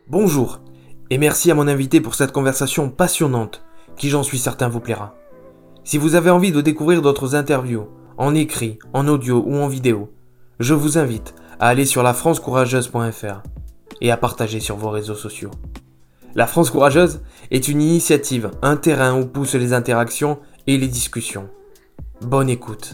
Bonjour, et merci à mon invité pour cette conversation passionnante, qui j'en suis certain vous plaira. Si vous avez envie de découvrir d'autres interviews, en écrit, en audio ou en vidéo, je vous invite à aller sur lafrancecourageuse.fr et à partager sur vos réseaux sociaux. La France Courageuse est une initiative, un terrain où poussent les interactions et les discussions. Bonne écoute.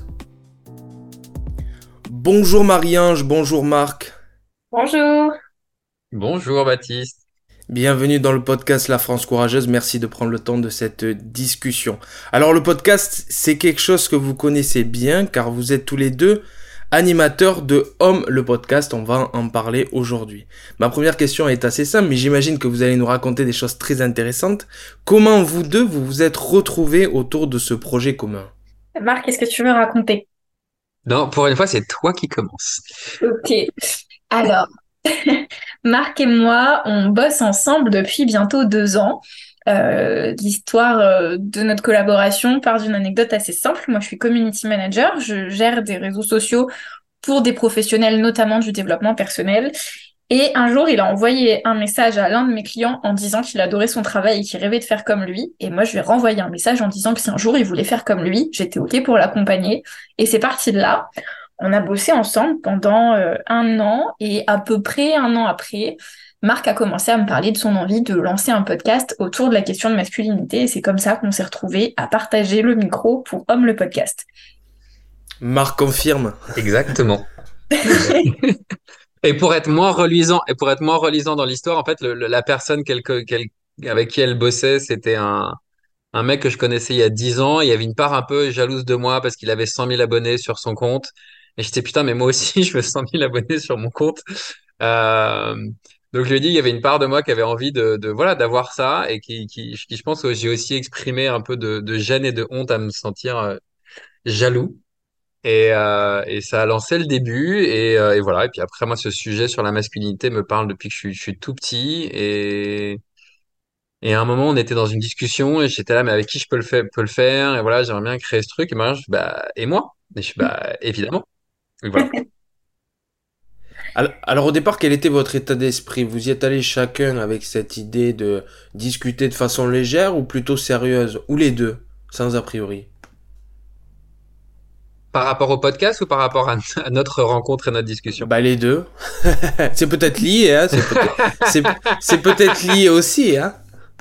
Bonjour Marie-Ange, bonjour Marc. Bonjour. Bonjour Baptiste. Bienvenue dans le podcast La France Courageuse, merci de prendre le temps de cette discussion. Alors le podcast, c'est quelque chose que vous connaissez bien car vous êtes tous les deux animateurs de Homme le podcast, on va en parler aujourd'hui. Ma première question est assez simple, mais j'imagine que vous allez nous raconter des choses très intéressantes. Comment vous deux vous vous êtes retrouvés autour de ce projet commun? Marc, qu'est-ce que tu veux raconter? Non, pour une fois, c'est toi qui commences. Ok. Alors, Marc et moi, on bosse ensemble depuis bientôt 2 ans. L'histoire de notre collaboration part d'une anecdote assez simple. Moi, je suis community manager. Je gère des réseaux sociaux pour des professionnels, notamment du développement personnel. Et un jour, il a envoyé un message à l'un de mes clients en disant qu'il adorait son travail et qu'il rêvait de faire comme lui. Et moi, je lui ai renvoyé un message en disant que si un jour il voulait faire comme lui, j'étais OK pour l'accompagner. Et c'est parti de là. On a bossé ensemble pendant 1 an et à peu près 1 an après, Marc a commencé à me parler de son envie de lancer un podcast autour de la question de masculinité. Et c'est comme ça qu'on s'est retrouvés à partager le micro pour Homme le podcast. Marc confirme. Exactement. Et pour être moins relisant dans l'histoire, en fait, la personne avec qui elle bossait, c'était un mec que je connaissais il y a 10 ans. Il y avait une part un peu jalouse de moi parce qu'il avait 100 000 abonnés sur son compte. Et j'étais putain, mais moi aussi, je veux 100 000 abonnés sur mon compte. Euh, donc je lui ai dit, il y avait une part de moi qui avait envie voilà, d'avoir ça et qui, je pense que j'ai aussi exprimé un peu de gêne et de honte à me sentir jaloux. Et ça a lancé le début. Et voilà. Et puis après, moi, ce sujet sur la masculinité me parle depuis que je suis tout petit. Et à un moment, on était dans une discussion et j'étais là, mais avec qui je peux le faire? Et voilà, j'aimerais bien créer ce truc. Et moi, bah, et moi? Et je suis, bah, évidemment. Et voilà. Alors au départ, quel était votre état d'esprit? Vous y êtes allés chacun avec cette idée de discuter de façon légère ou plutôt sérieuse? Ou les deux, sans a priori? Par rapport au podcast ou par rapport à notre rencontre et notre discussion? Bah les deux. C'est peut-être lié, hein? C'est peut-être lié aussi, hein?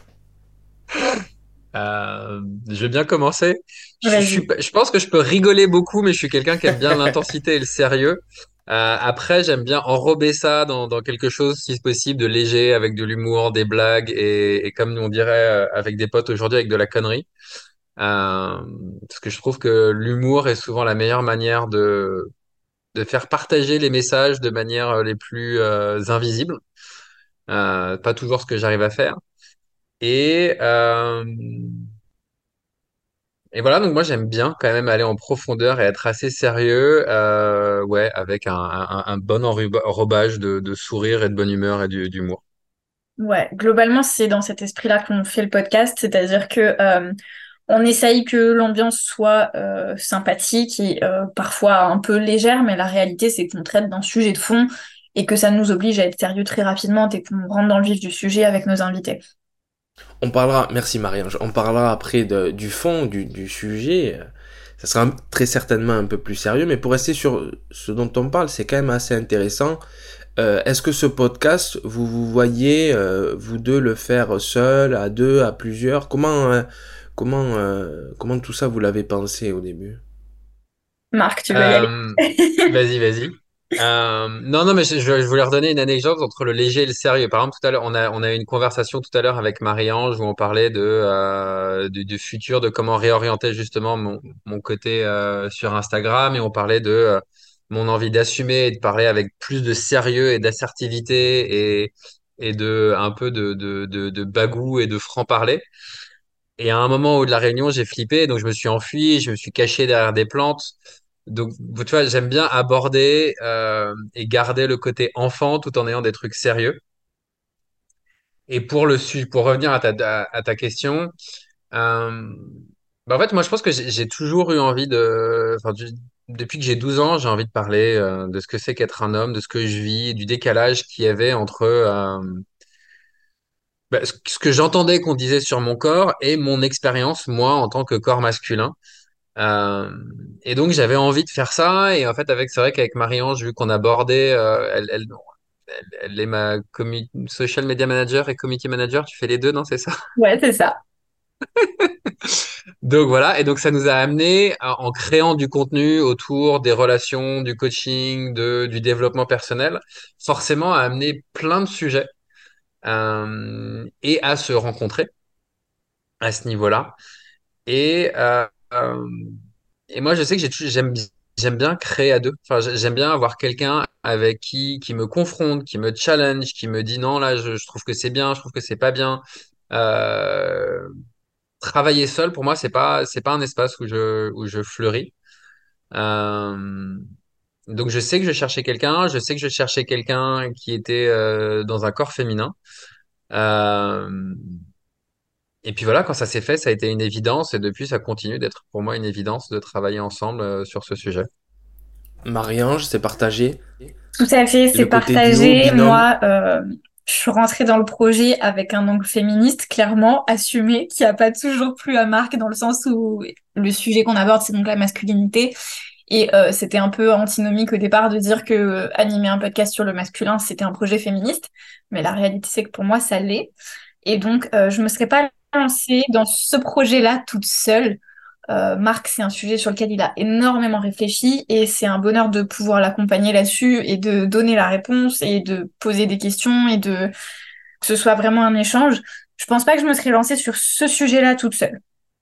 Je vais bien commencer. Vas-y. Je pense que je peux rigoler beaucoup, mais je suis quelqu'un qui aime bien l'intensité et le sérieux. Après, j'aime bien enrober ça dans quelque chose, si possible, de léger, avec de l'humour, des blagues et comme on dirait avec des potes aujourd'hui, avec de la connerie. Parce que je trouve que l'humour est souvent la meilleure manière de faire partager les messages de manière les plus invisibles. Pas toujours ce que j'arrive à faire. Et, euh, Et voilà, donc moi j'aime bien quand même aller en profondeur et être assez sérieux, ouais, avec un bon enrobage de sourire et de bonne humeur et d'humour. Ouais, globalement, c'est dans cet esprit-là qu'on fait le podcast, c'est-à-dire que on essaye que l'ambiance soit sympathique et parfois un peu légère, mais la réalité, c'est qu'on traite d'un sujet de fond et que ça nous oblige à être sérieux très rapidement dès qu'on rentre dans le vif du sujet avec nos invités. On parlera, merci Marie-Ange, on parlera après du fond, du sujet. Ça sera très certainement un peu plus sérieux, mais pour rester sur ce dont on parle, c'est quand même assez intéressant. Est-ce que ce podcast, vous voyez, vous deux, le faire seul, à deux, à plusieurs? Comment tout ça vous l'avez pensé au début? Marc, tu veux y aller? Euh, Vas-y, vas-y. Non, non, mais je voulais redonner une anecdote entre le léger et le sérieux. Par exemple, tout à l'heure, on a eu une conversation tout à l'heure avec Marie-Ange où on parlait du futur, de comment réorienter justement mon côté sur Instagram et on parlait de mon envie d'assumer et de parler avec plus de sérieux et d'assertivité et de un peu de bagou et de franc-parler. Et à un moment où de la réunion, j'ai flippé, donc je me suis enfui, je me suis caché derrière des plantes. Donc, tu vois, j'aime bien aborder et garder le côté enfant tout en ayant des trucs sérieux. Et pour revenir à ta question, euh, bah en fait, moi, je pense que j'ai toujours eu envie depuis que j'ai 12 ans, j'ai envie de parler de ce que c'est qu'être un homme, de ce que je vis, du décalage qu'il y avait entre ce que j'entendais qu'on disait sur mon corps et mon expérience, moi, en tant que corps masculin. Euh, et donc, j'avais envie de faire ça. Et en fait, c'est vrai qu'avec Marie-Ange, vu qu'on abordait, elle est ma social media manager et community manager. Tu fais les deux, non? C'est ça? Ouais, c'est ça. Donc voilà. Et donc, ça nous a amené, en créant du contenu autour des relations, du coaching, du développement personnel, forcément à amener plein de sujets, et à se rencontrer à ce niveau-là. Et, euh, euh, et moi, je sais que j'aime bien créer à deux. Enfin, j'aime bien avoir quelqu'un avec qui me confronte, qui me challenge, qui me dit non, là, je trouve que c'est bien, je trouve que c'est pas bien. Euh, Travailler seul, pour moi, c'est pas un espace où je fleuris. Euh, donc, je sais que je cherchais quelqu'un, je sais que je cherchais quelqu'un qui était dans un corps féminin. Euh, Et puis voilà, quand ça s'est fait, ça a été une évidence et depuis, ça continue d'être pour moi une évidence de travailler ensemble sur ce sujet. Marie-Ange, c'est partagé. Tout à fait, Et c'est le côté duo, partagé. binôme. Moi, je suis rentrée dans le projet avec un angle féministe, clairement assumé, qui a pas toujours plu à Marc dans le sens où le sujet qu'on aborde, c'est donc la masculinité. Et c'était un peu antinomique au départ de dire que animer un podcast sur le masculin, c'était un projet féministe. Mais la réalité, c'est que pour moi, ça l'est. Et donc, je me serais pas lancée dans ce projet-là toute seule. Marc, c'est un sujet sur lequel il a énormément réfléchi et c'est un bonheur de pouvoir l'accompagner là-dessus et de donner la réponse et de poser des questions et de que ce soit vraiment un échange. Je pense pas que je me serais lancée sur ce sujet-là toute seule.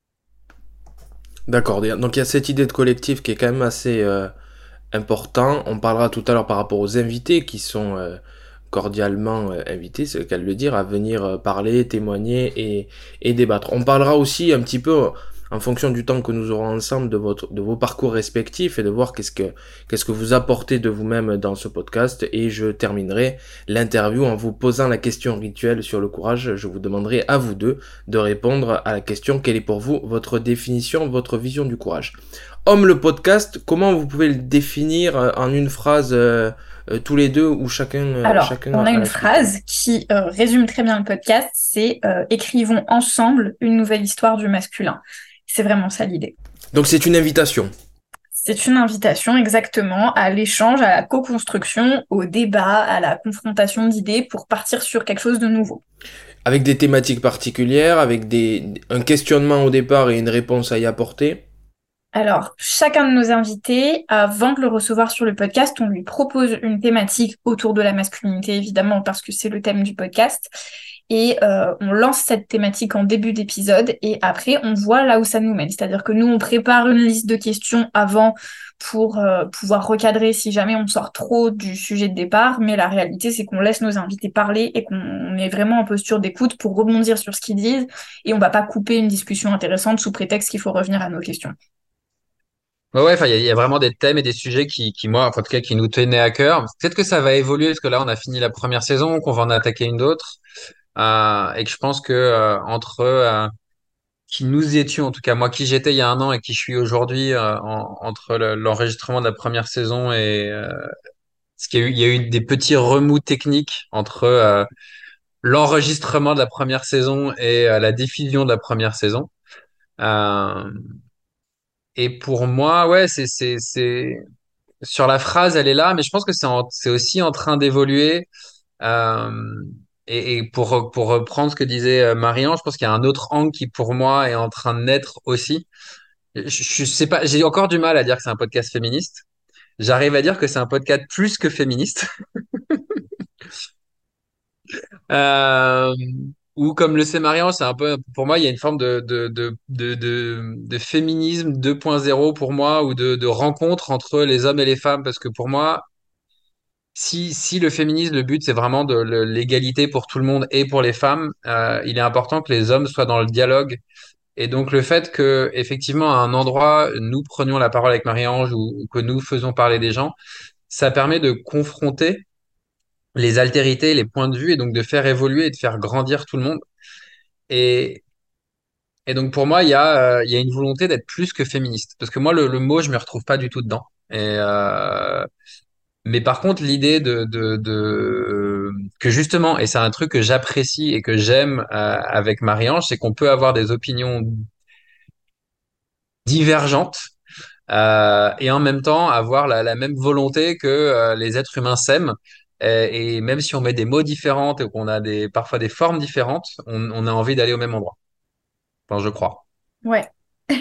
D'accord. Donc il y a cette idée de collectif qui est quand même assez important. On parlera tout à l'heure par rapport aux invités qui sont cordialement invités, c'est le cas de le dire, à venir parler, témoigner et débattre. On parlera aussi un petit peu en fonction du temps que nous aurons ensemble de vos parcours respectifs et de voir qu'est-ce que vous apportez de vous-même dans ce podcast. Et je terminerai l'interview en vous posant la question rituelle sur le courage. Je vous demanderai à vous deux de répondre à la question: quelle est pour vous votre définition, votre vision du courage? Homme le podcast, comment vous pouvez le définir en une phrase tous les deux ou Alors, chacun on a à une la suite? phrase qui résume très bien le podcast, c'est écrivons ensemble une nouvelle histoire du masculin. C'est vraiment ça l'idée. Donc c'est une invitation. C'est une invitation exactement à l'échange, à la co-construction, au débat, à la confrontation d'idées pour partir sur quelque chose de nouveau. Avec des thématiques particulières, avec un questionnement au départ et une réponse à y apporter. Alors, chacun de nos invités, avant de le recevoir sur le podcast, on lui propose une thématique autour de la masculinité, évidemment, parce que c'est le thème du podcast. Et on lance cette thématique en début d'épisode et après, on voit là où ça nous mène. C'est-à-dire que nous, on prépare une liste de questions avant pour pouvoir recadrer si jamais on sort trop du sujet de départ. Mais la réalité, c'est qu'on laisse nos invités parler et qu'on est vraiment en posture d'écoute pour rebondir sur ce qu'ils disent. Et on va pas couper une discussion intéressante sous prétexte qu'il faut revenir à nos questions. Ouais, enfin, il y a vraiment des thèmes et des sujets moi, enfin, en tout cas, qui nous tenaient à cœur. Peut-être que ça va évoluer parce que là, on a fini la première saison, qu'on va en attaquer une autre, et que je pense que entre qui nous étions, en tout cas moi qui j'étais il y a un an et qui je suis aujourd'hui, entre l'enregistrement de la première saison et ce qu'il y a eu, il y a eu des petits remous techniques entre l'enregistrement de la première saison et la diffusion de la première saison. Euh, et pour moi, ouais, sur la phrase, elle est là, mais je pense que c'est aussi en train d'évoluer. Euh, et pour reprendre ce que disait Marianne, je pense qu'il y a un autre angle qui, pour moi, est en train de naître aussi. Je sais pas, j'ai encore du mal à dire que c'est un podcast féministe. J'arrive à dire que c'est un podcast plus que féministe. Euh, ou comme le sait Marianne, c'est un peu, pour moi, il y a une forme de féminisme 2.0 pour moi, ou de rencontre entre les hommes et les femmes, parce que pour moi, si le féminisme, le but, c'est vraiment l'égalité pour tout le monde et pour les femmes, il est important que les hommes soient dans le dialogue. Et donc, le fait que, effectivement, à un endroit, nous prenions la parole avec Marie-Ange ou que nous faisons parler des gens, ça permet de confronter les altérités, les points de vue et donc de faire évoluer et de faire grandir tout le monde. Et, et donc, pour moi, il y a une volonté d'être plus que féministe. Parce que moi, le mot, je me retrouve pas du tout dedans. Mais par contre, l'idée que justement, et c'est un truc que j'apprécie et que j'aime avec Marie-Ange, c'est qu'on peut avoir des opinions divergentes et en même temps avoir la même volonté que les êtres humains s'aiment. Et même si on met des mots différents et qu'on a parfois des formes différentes, on a envie d'aller au même endroit. Enfin, je crois. Ouais.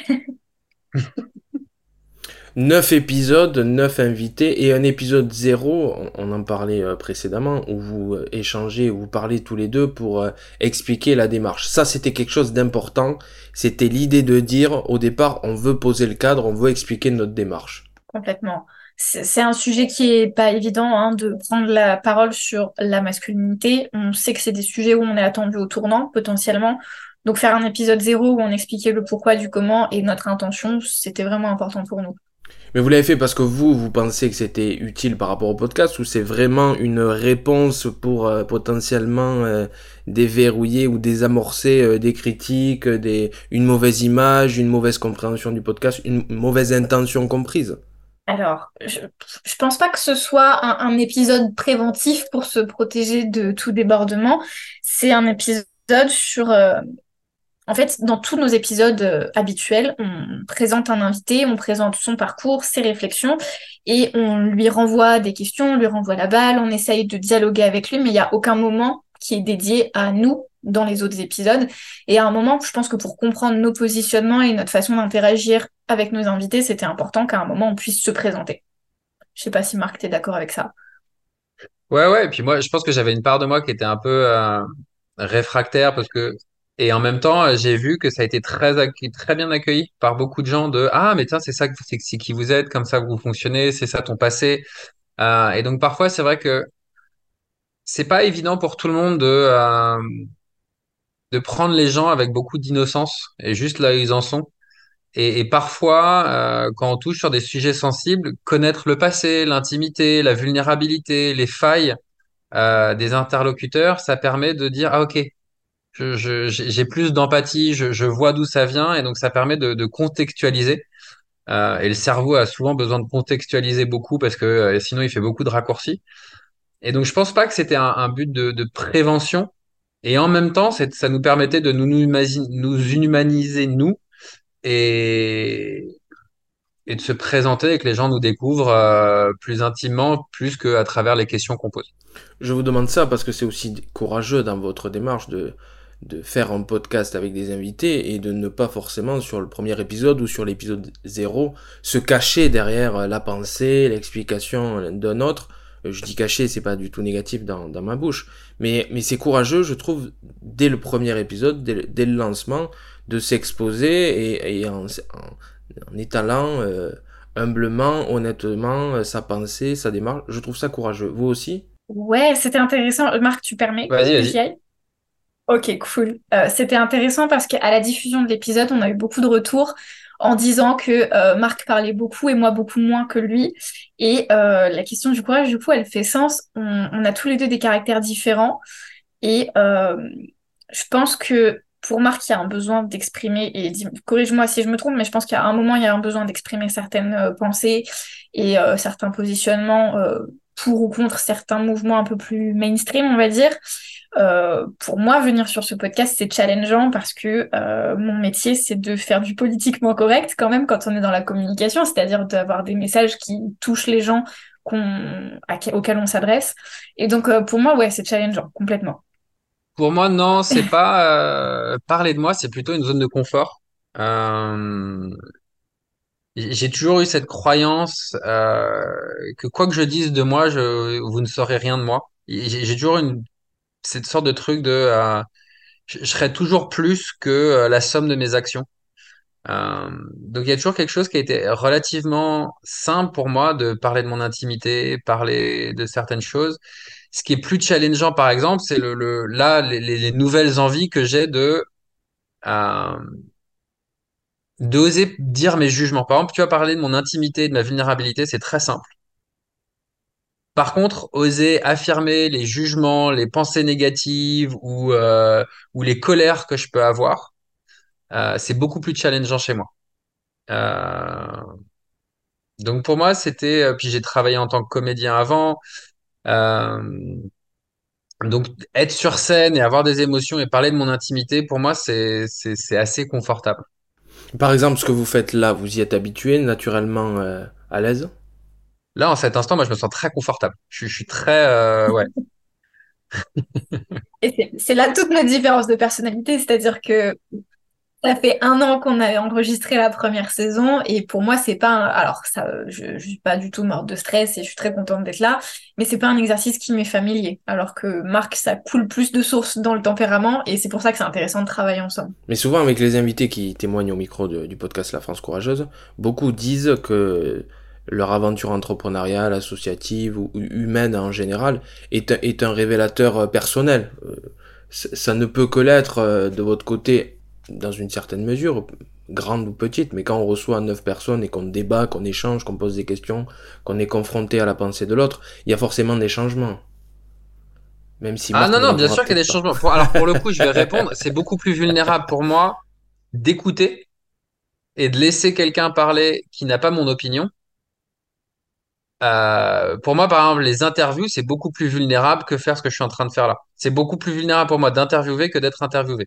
9 épisodes, 9 invités et un épisode zéro, on en parlait précédemment, où vous échangez, où vous parlez tous les deux pour expliquer la démarche. Ça, c'était quelque chose d'important. C'était l'idée de dire, au départ, on veut poser le cadre, on veut expliquer notre démarche. Complètement. C'est un sujet qui est pas évident hein, de prendre la parole sur la masculinité. On sait que c'est des sujets où on est attendu au tournant, potentiellement. Donc faire un épisode zéro où on expliquait le pourquoi du comment et notre intention, c'était vraiment important pour nous. Mais vous l'avez fait parce que vous pensez que c'était utile par rapport au podcast ou c'est vraiment une réponse pour potentiellement déverrouiller ou désamorcer des critiques, une mauvaise image, une mauvaise compréhension du podcast, une mauvaise intention comprise? Alors, je pense pas que ce soit un épisode préventif pour se protéger de tout débordement. C'est un épisode sur en fait, dans tous nos épisodes habituels, on présente un invité, on présente son parcours, ses réflexions, et on lui renvoie des questions, on lui renvoie la balle, on essaye de dialoguer avec lui, mais il n'y a aucun moment qui est dédié à nous dans les autres épisodes. Et à un moment, je pense que pour comprendre nos positionnements et notre façon d'interagir avec nos invités, c'était important qu'à un moment, on puisse se présenter. Je sais pas si Marc, t'es d'accord avec ça. Ouais, ouais. Et puis moi, je pense que j'avais une part de moi qui était un peu réfractaire parce que, et en même temps, j'ai vu que ça a été très bien accueilli par beaucoup de gens de, ah, mais tiens, c'est ça, c'est qui vous êtes, comme ça que vous fonctionnez, c'est ça ton passé. Et donc parfois, c'est vrai que c'est pas évident pour tout le monde de prendre les gens avec beaucoup d'innocence et juste là où ils en sont. Et parfois, quand on touche sur des sujets sensibles, connaître le passé, l'intimité, la vulnérabilité, les failles des interlocuteurs, ça permet de dire, ah ok, j'ai plus d'empathie, je vois d'où ça vient, et donc ça permet de contextualiser. Et le cerveau a souvent besoin de contextualiser beaucoup parce que sinon il fait beaucoup de raccourcis. Et donc je pense pas que c'était un but de prévention. Et en même temps, ça nous permettait de nous inhumaniser, nous, et, et de se présenter et que les gens nous découvrent plus intimement, plus qu'à travers les questions qu'on pose. Je vous demande ça parce que c'est aussi courageux dans votre démarche de faire un podcast avec des invités et de ne pas forcément sur le premier épisode ou sur l'épisode zéro se cacher derrière la pensée, l'explication d'un autre. Je dis cacher, c'est pas du tout négatif dans ma bouche. Mais c'est courageux, je trouve, dès le premier épisode, dès le lancement, de s'exposer et en étalant humblement, honnêtement, sa pensée, sa démarche. Je trouve ça courageux. Vous aussi? Ouais, c'était intéressant. Marc, tu permets Vas-y, que j'y vas-y. aille? Ok, cool. C'était intéressant parce qu'à la diffusion de l'épisode, on a eu beaucoup de retours en disant que Marc parlait beaucoup et moi beaucoup moins que lui. Et la question du courage, du coup, elle fait sens. On a tous les deux des caractères différents. Et je pense que pour Marc, il y a un besoin d'exprimer, et corrige-moi si je me trompe, mais je pense qu'à un moment, il y a un besoin d'exprimer certaines pensées et certains positionnements pour ou contre certains mouvements un peu plus mainstream, on va dire. Pour moi, venir sur ce podcast, c'est challengeant parce que mon métier, c'est de faire du politiquement correct quand même quand on est dans la communication, c'est-à-dire d'avoir des messages qui touchent les gens auxquels on s'adresse. Et donc, pour moi, ouais, c'est challengeant, complètement. Pour moi, non, c'est pas parler de moi, c'est plutôt une zone de confort. Euh, j'ai toujours eu cette croyance que quoi que je dise de moi, vous ne saurez rien de moi. J'ai toujours cette sorte de truc de je serai toujours plus que la somme de mes actions. Donc il y a toujours quelque chose qui a été relativement simple pour moi de parler de mon intimité, parler de certaines choses. Ce qui est plus challengeant, par exemple, c'est là les nouvelles envies que j'ai euh, d'oser dire mes jugements. Par exemple, tu as parlé de mon intimité, de ma vulnérabilité, c'est très simple. Par contre, oser affirmer les jugements, les pensées négatives ou les colères que je peux avoir, c'est beaucoup plus challengeant chez moi. Euh, donc pour moi, puis j'ai travaillé en tant que comédien avant. Euh, Donc, être sur scène et avoir des émotions et parler de mon intimité, pour moi, c'est assez confortable. Par exemple, ce que vous faites là, vous y êtes habitué, naturellement à l'aise? Là, en cet instant, moi, je me sens très confortable. Je suis très, ouais. Et c'est là toute notre différence de personnalité, c'est-à-dire que ça fait 1 an qu'on a enregistré la première saison et pour moi c'est pas alors ça je suis pas du tout morte de stress et je suis très contente d'être là, mais c'est pas un exercice qui m'est familier, alors que Marc ça coule plus de sources dans le tempérament et c'est pour ça que c'est intéressant de travailler ensemble. Mais souvent, avec les invités qui témoignent au micro du podcast La France Courageuse, beaucoup disent que leur aventure entrepreneuriale, associative ou humaine en général est un révélateur personnel. Ça ne peut que l'être de votre côté, dans une certaine mesure, grande ou petite, mais quand on reçoit 9 personnes et qu'on débat, qu'on échange, qu'on pose des questions, qu'on est confronté à la pensée de l'autre, il y a forcément des changements. Même si Ah Marc non, ne non, l'en bien voudra sûr qu'il y a peut-être des pas. changements. Alors, pour le coup, je vais répondre. C'est beaucoup plus vulnérable pour moi d'écouter et de laisser quelqu'un parler qui n'a pas mon opinion. Pour moi, par exemple, les interviews, c'est beaucoup plus vulnérable que faire ce que je suis en train de faire là. C'est beaucoup plus vulnérable pour moi d'interviewer que d'être interviewé.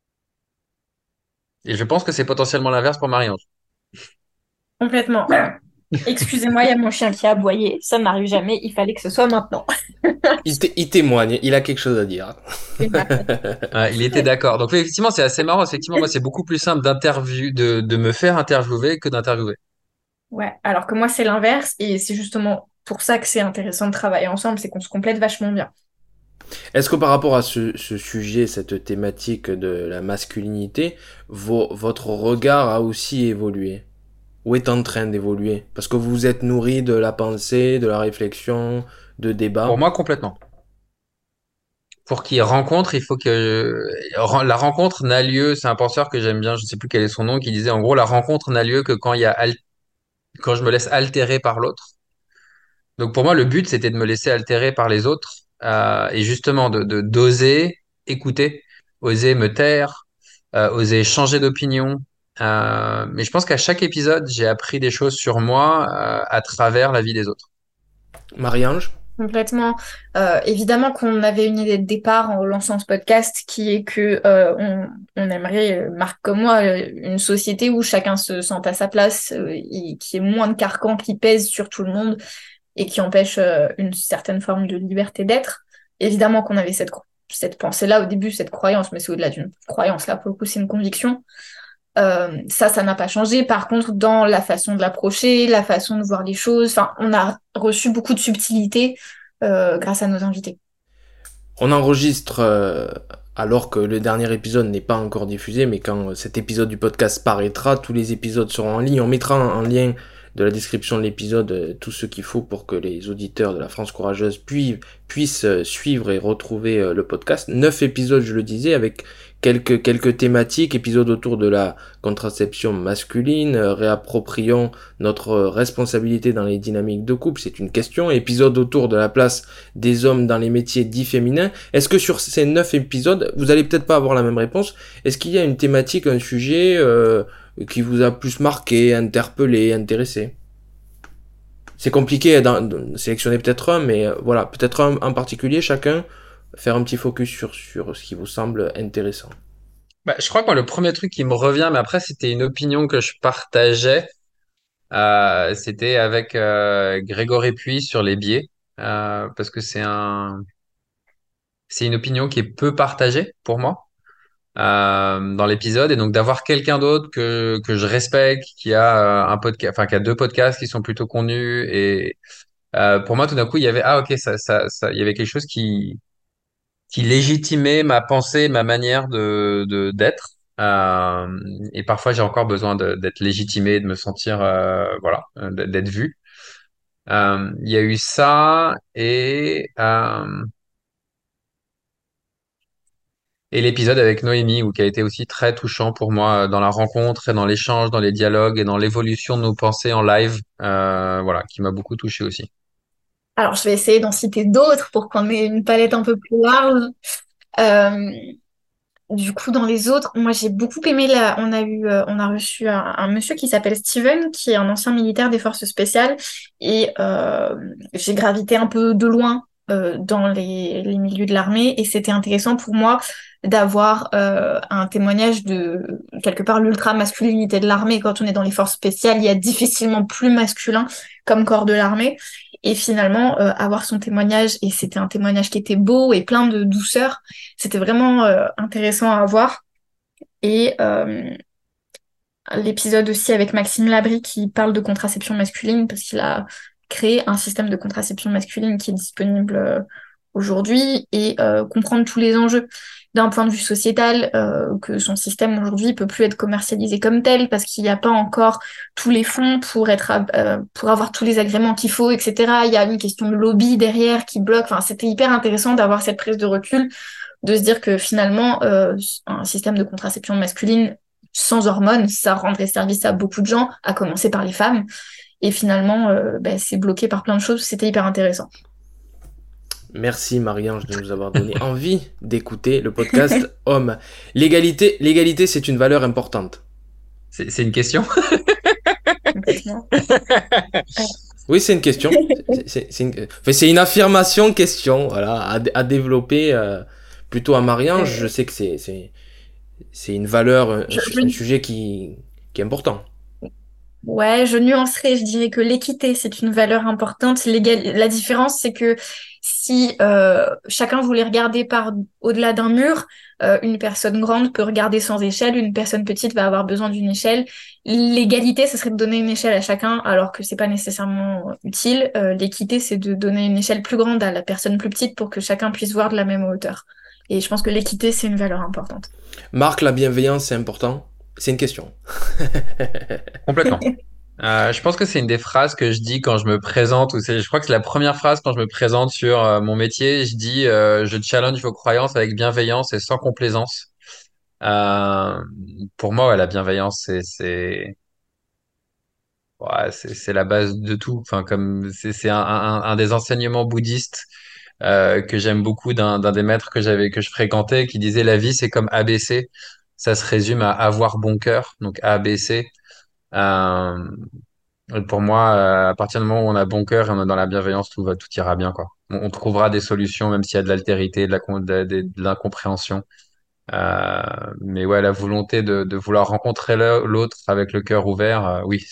Et je pense que c'est potentiellement l'inverse pour Marie-Ange. Complètement. Excusez-moi, il y a mon chien qui a aboyé, ça n'arrive jamais, il fallait que ce soit maintenant. Il témoigne, il a quelque chose à dire. Il était d'accord. Donc, oui, effectivement, c'est assez marrant. Effectivement, moi, c'est beaucoup plus simple de me faire interviewer que d'interviewer. Ouais, alors que moi c'est l'inverse et c'est justement pour ça que c'est intéressant de travailler ensemble, c'est qu'on se complète vachement bien. Est-ce que par rapport à ce sujet, cette thématique de la masculinité, votre regard a aussi évolué? Ou est en train d'évoluer? Parce que vous vous êtes nourri de la pensée, de la réflexion, de Pour débats. moi, complètement. Pour qu'il y ait rencontre, il faut que la rencontre n'a lieu. C'est un penseur que j'aime bien, je ne sais plus quel est son nom, qui disait en gros la rencontre n'a lieu que quand je me laisse altérer par l'autre. Donc pour moi, le but c'était de me laisser altérer par les autres et justement d'oser écouter, oser me taire, oser changer d'opinion. Mais je pense qu'à chaque épisode, j'ai appris des choses sur moi à travers la vie des autres. Marie-Ange? Complètement. Évidemment qu'on avait une idée de départ en lançant ce podcast qui est que on aimerait, Marc comme moi, une société où chacun se sente à sa place et qui ait moins de carcans qui pèsent sur tout le monde et qui empêchent une certaine forme de liberté d'être. Évidemment qu'on avait cette pensée-là au début, cette croyance, mais c'est au-delà d'une croyance, là pour le coup c'est une conviction. Ça n'a pas changé. Par contre, dans la façon de l'approcher, la façon de voir les choses, enfin, on a reçu beaucoup de subtilité grâce à nos invités. On enregistre alors que le dernier épisode n'est pas encore diffusé, mais quand cet épisode du podcast paraîtra, tous les épisodes seront en ligne. On mettra en lien de la description de l'épisode tout ce qu'il faut pour que les auditeurs de la France Courageuse puissent suivre et retrouver le podcast. 9 épisodes, je le disais, avec quelques thématiques, épisodes autour de la contraception masculine, réapproprions notre responsabilité dans les dynamiques de couple, c'est une question, épisode autour de la place des hommes dans les métiers dits féminins. Est-ce que sur ces 9 épisodes, vous allez peut-être pas avoir la même réponse, est-ce qu'il y a une thématique, un sujet qui vous a plus marqué, interpellé, intéressé? C'est compliqué de sélectionner peut-être un, mais voilà, peut-être un en particulier, chacun, faire un petit focus sur ce qui vous semble intéressant. Bah, je crois que moi, le premier truc qui me revient, mais après, c'était une opinion que je partageais. C'était avec Grégory Puy sur les biais, parce que c'est une opinion qui est peu partagée pour moi dans l'épisode, et donc d'avoir quelqu'un d'autre que je respecte, qui a un podcast, enfin qui a 2 podcasts qui sont plutôt connus, et pour moi tout d'un coup il y avait ok il y avait quelque chose qui légitimait ma pensée, ma manière de d'être. Et parfois j'ai encore besoin d'être légitimé, de me sentir voilà, d'être vu. Il y a eu ça et l'épisode avec Noémie, qui a été aussi très touchant pour moi dans la rencontre et dans l'échange, dans les dialogues et dans l'évolution de nos pensées en live, voilà, qui m'a beaucoup touché aussi. Alors, je vais essayer d'en citer d'autres pour qu'on ait une palette un peu plus large. Euh, du coup, dans les autres, moi j'ai beaucoup aimé on a reçu un monsieur qui s'appelle Steven, qui est un ancien militaire des forces spéciales, et j'ai gravité un peu de loin dans les milieux de l'armée et c'était intéressant pour moi d'avoir un témoignage de quelque part l'ultra-masculinité de l'armée. Quand on est dans les forces spéciales, il y a difficilement plus masculin comme corps de l'armée et finalement avoir son témoignage et c'était un témoignage qui était beau et plein de douceur. C'était vraiment intéressant à avoir et l'épisode aussi avec Maxime Labrie qui parle de contraception masculine parce qu'il a créé un système de contraception masculine qui est disponible aujourd'hui et comprendre tous les enjeux d'un point de vue sociétal, que son système aujourd'hui peut plus être commercialisé comme tel parce qu'il n'y a pas encore tous les fonds pour avoir tous les agréments qu'il faut, etc. Il y a une question de lobby derrière qui bloque. Enfin, c'était hyper intéressant d'avoir cette prise de recul, de se dire que finalement, un système de contraception masculine sans hormones, ça rendrait service à beaucoup de gens, à commencer par les femmes. Et finalement, c'est bloqué par plein de choses. C'était hyper intéressant. Merci Marie-Ange de nous avoir donné envie d'écouter le podcast Homme. L'égalité, c'est une valeur importante. C'est une question? Complètement. Oui, c'est une question. C'est une affirmation question, voilà, à développer plutôt à Marie-Ange. Je sais que c'est une valeur, un sujet qui est important. Ouais, je nuancerais, je dirais que l'équité, c'est une valeur importante. La différence, c'est que si chacun voulait regarder par au-delà d'un mur, une personne grande peut regarder sans échelle, une personne petite va avoir besoin d'une échelle. L'égalité, ce serait de donner une échelle à chacun, alors que c'est pas nécessairement utile. L'équité, c'est de donner une échelle plus grande à la personne plus petite pour que chacun puisse voir de la même hauteur. Et je pense que l'équité, c'est une valeur importante. Marc, la bienveillance, c'est important. C'est une question. Complètement. Je pense que c'est une des phrases que je dis quand je me présente, je crois que c'est la première phrase quand je me présente sur mon métier. Je dis, je challenge vos croyances avec bienveillance et sans complaisance. Euh, pour moi, ouais, la bienveillance, c'est la base de tout. Enfin, comme c'est un des enseignements bouddhistes que j'aime beaucoup d'un des maîtres que je fréquentais qui disait la vie c'est comme ABC. Ça se résume à avoir bon cœur, donc ABC. Euh, et pour moi, à partir du moment où on a bon cœur et on est dans la bienveillance, tout ira bien, quoi. On trouvera des solutions, même s'il y a de l'altérité, de l'incompréhension. Euh, mais ouais, la volonté de vouloir rencontrer l'autre avec le cœur ouvert, oui,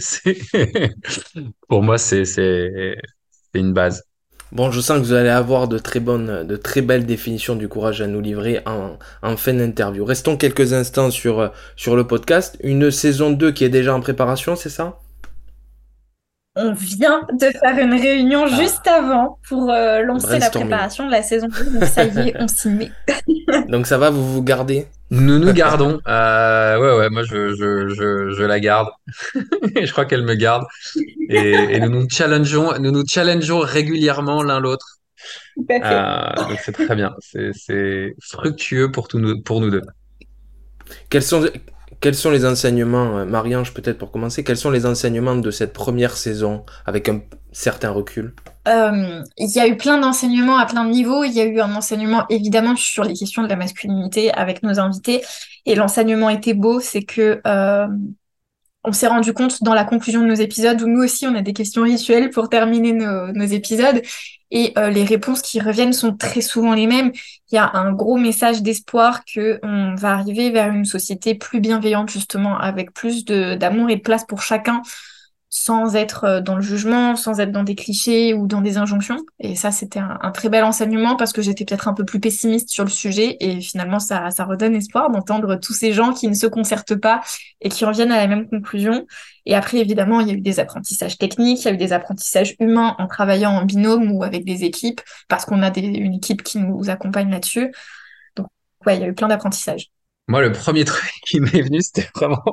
pour moi, c'est une base. Bon, je sens que vous allez avoir de très belles définitions du courage à nous livrer en fin d'interview. Restons quelques instants sur le podcast. Une saison 2 qui est déjà en préparation, c'est ça? On vient de faire une réunion Ah, juste avant pour lancer la brainstorming. préparation de la saison 2. Donc ça y est, on s'y met. Donc ça va, vous vous gardez? Nous nous gardons. Ouais, moi, je la garde. Et je crois qu'elle me garde. Et nous nous challengeons régulièrement l'un l'autre. Tout à fait. Donc c'est très bien. C'est fructueux pour nous deux. Quels sont, quels sont les enseignements, Marie-Ange peut-être pour commencer, quels sont les enseignements de cette première saison avec un certain recul? Il y a eu plein d'enseignements à plein de niveaux. Il y a eu un enseignement évidemment sur les questions de la masculinité avec nos invités. Et l'enseignement était beau, c'est que on s'est rendu compte dans la conclusion de nos épisodes où nous aussi on a des questions rituelles pour terminer nos épisodes et les réponses qui reviennent sont très souvent les mêmes. Il y a un gros message d'espoir que on va arriver vers une société plus bienveillante justement avec plus d'amour et de place pour chacun sans être dans le jugement, sans être dans des clichés ou dans des injonctions. Et ça, c'était un très bel enseignement parce que j'étais peut-être un peu plus pessimiste sur le sujet et finalement, ça redonne espoir d'entendre tous ces gens qui ne se concertent pas et qui reviennent à la même conclusion. Et après, évidemment, il y a eu des apprentissages techniques, il y a eu des apprentissages humains en travaillant en binôme ou avec des équipes parce qu'on a une équipe qui nous accompagne là-dessus. Donc, ouais, il y a eu plein d'apprentissages. Moi, le premier truc qui m'est venu, c'était vraiment.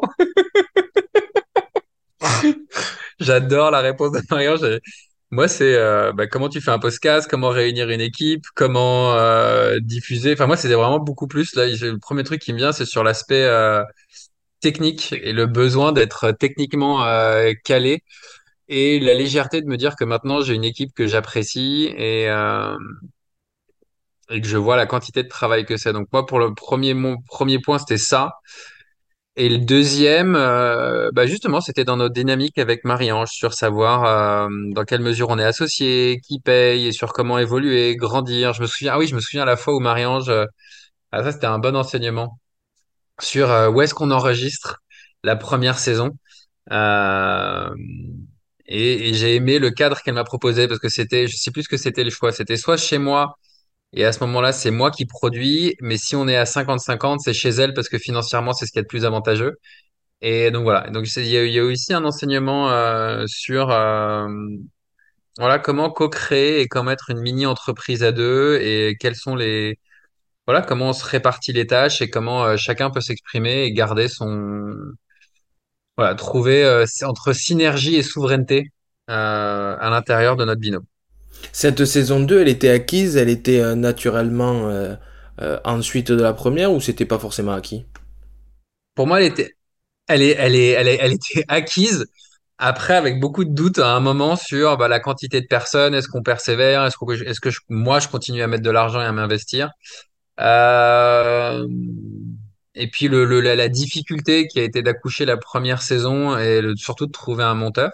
J'adore la réponse de Marion. Moi, c'est comment tu fais un podcast, comment réunir une équipe, comment diffuser. Enfin, moi, c'était vraiment beaucoup plus. Là, le premier truc qui me vient, c'est sur l'aspect technique et le besoin d'être techniquement calé et la légèreté de me dire que maintenant, j'ai une équipe que j'apprécie et que je vois la quantité de travail que c'est. Donc, moi, pour mon premier point, c'était ça. Et le deuxième, bah justement, c'était dans notre dynamique avec Marie-Ange sur savoir dans quelle mesure on est associé, qui paye et sur comment évoluer, grandir. Je me souviens, ah oui, je me souviens à la fois où Marie-Ange, ah ça c'était un bon enseignement sur où est-ce qu'on enregistre la première saison. Euh, et j'ai aimé le cadre qu'elle m'a proposé parce que c'était, je sais plus ce que c'était le choix. C'était soit chez moi et à ce moment-là, c'est moi qui produis, mais si on est à 50-50, c'est chez elle parce que financièrement, c'est ce qui est le plus avantageux. Et donc voilà. Donc il y a aussi un enseignement sur voilà comment co-créer et comment être une mini-entreprise à deux et quels sont les voilà comment on se répartit les tâches et comment chacun peut s'exprimer et garder son voilà trouver entre synergie et souveraineté à l'intérieur de notre binôme. Cette saison 2, elle était acquise, elle était naturellement ensuite de la première ou c'était pas forcément acquis? Pour moi, elle était acquise. Après, avec beaucoup de doutes à un moment sur bah, la quantité de personnes, est-ce qu'on persévère, est-ce que moi je continue à mettre de l'argent et à m'investir. Euh, et puis la difficulté qui a été d'accoucher la première saison et surtout de trouver un monteur.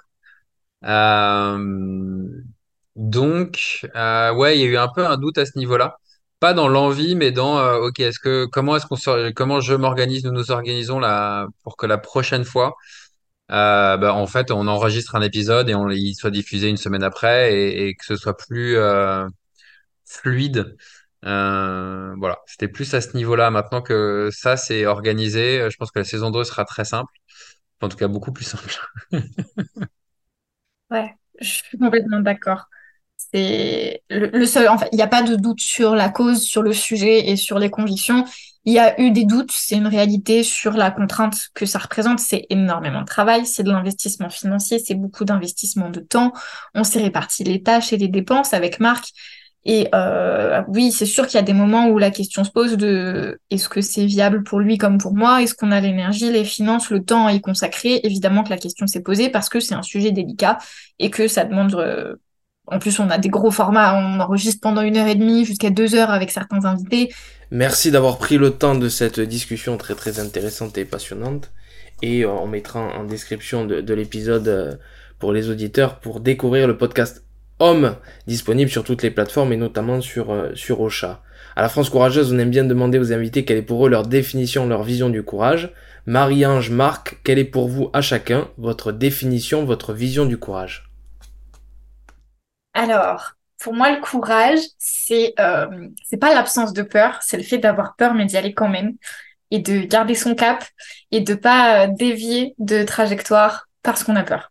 Euh, ouais, il y a eu un peu un doute à ce niveau-là. Pas dans l'envie, mais dans ok, comment je m'organise, nous nous organisons là pour que la prochaine fois, bah, en fait, on enregistre un épisode et il soit diffusé une semaine après et que ce soit plus fluide. Voilà, c'était plus à ce niveau-là. Maintenant que ça c'est organisé, je pense que la saison 2 sera très simple. En tout cas, beaucoup plus simple. Ouais, je suis complètement d'accord. C'est le seul, en fait, il n'y a pas de doute sur la cause, sur le sujet et sur les convictions. Il y a eu des doutes, c'est une réalité sur la contrainte que ça représente. C'est énormément de travail, c'est de l'investissement financier, c'est beaucoup d'investissement de temps. On s'est réparti les tâches et les dépenses avec Marc. Et oui, c'est sûr qu'il y a des moments où la question se pose de est-ce que c'est viable pour lui comme pour moi? Est-ce qu'on a l'énergie, les finances, le temps à y consacrer? Évidemment que la question s'est posée parce que c'est un sujet délicat et que ça demande. En plus, on a des gros formats, on enregistre pendant 1 heure et demie jusqu'à 2 heures avec certains invités. Merci d'avoir pris le temps de cette discussion très très intéressante et passionnante. Et on mettra en description de l'épisode pour les auditeurs pour découvrir le podcast Homme disponible sur toutes les plateformes et notamment sur Ocha. À la France Courageuse, on aime bien demander aux invités quelle est pour eux leur définition, leur vision du courage. Marie-Ange, Marc, quelle est pour vous à chacun votre définition, votre vision du courage? Alors, pour moi, le courage, c'est pas l'absence de peur, c'est le fait d'avoir peur mais d'y aller quand même et de garder son cap et de pas dévier de trajectoire parce qu'on a peur.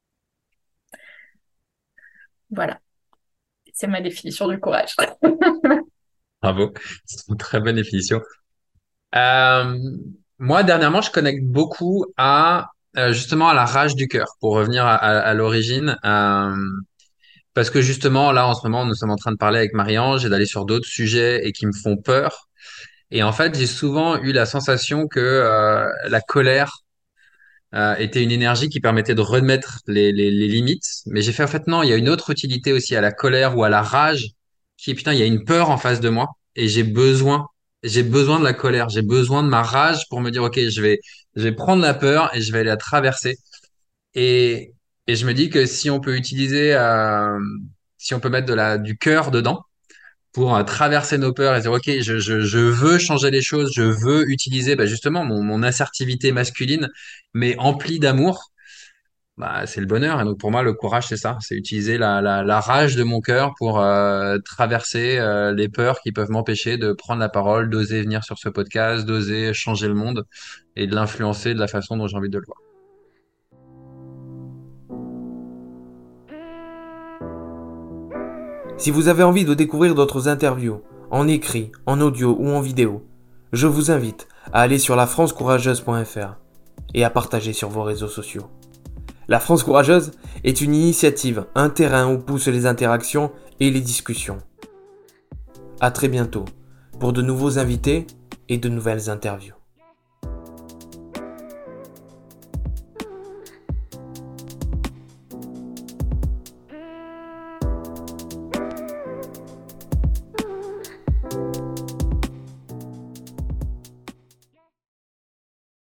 Voilà, c'est ma définition du courage. Bravo, c'est une très bonne définition. Euh, Moi, dernièrement, je connecte beaucoup à justement à la rage du cœur, pour revenir à l'origine. Parce que justement, là, en ce moment, nous sommes en train de parler avec Marie-Ange et d'aller sur d'autres sujets et qui me font peur. Et en fait, j'ai souvent eu la sensation que la colère était une énergie qui permettait de remettre les limites. Mais j'ai fait, en fait, non, il y a une autre utilité aussi à la colère ou à la rage qui est, putain, il y a une peur en face de moi et j'ai besoin de la colère, j'ai besoin de ma rage pour me dire, OK, je vais prendre la peur et je vais aller la traverser. Et, et je me dis que si on peut utiliser, si on peut mettre du cœur dedans, pour traverser nos peurs et dire, OK, je veux changer les choses, je veux utiliser bah, justement mon assertivité masculine, mais emplie d'amour, bah, c'est le bonheur. Et donc pour moi, le courage, c'est ça, c'est utiliser la rage de mon cœur pour traverser les peurs qui peuvent m'empêcher de prendre la parole, d'oser venir sur ce podcast, d'oser changer le monde et de l'influencer de la façon dont j'ai envie de le voir. Si vous avez envie de découvrir d'autres interviews, en écrit, en audio ou en vidéo, je vous invite à aller sur lafrancecourageuse.fr et à partager sur vos réseaux sociaux. La France Courageuse est une initiative, un terrain où poussent les interactions et les discussions. À très bientôt pour de nouveaux invités et de nouvelles interviews.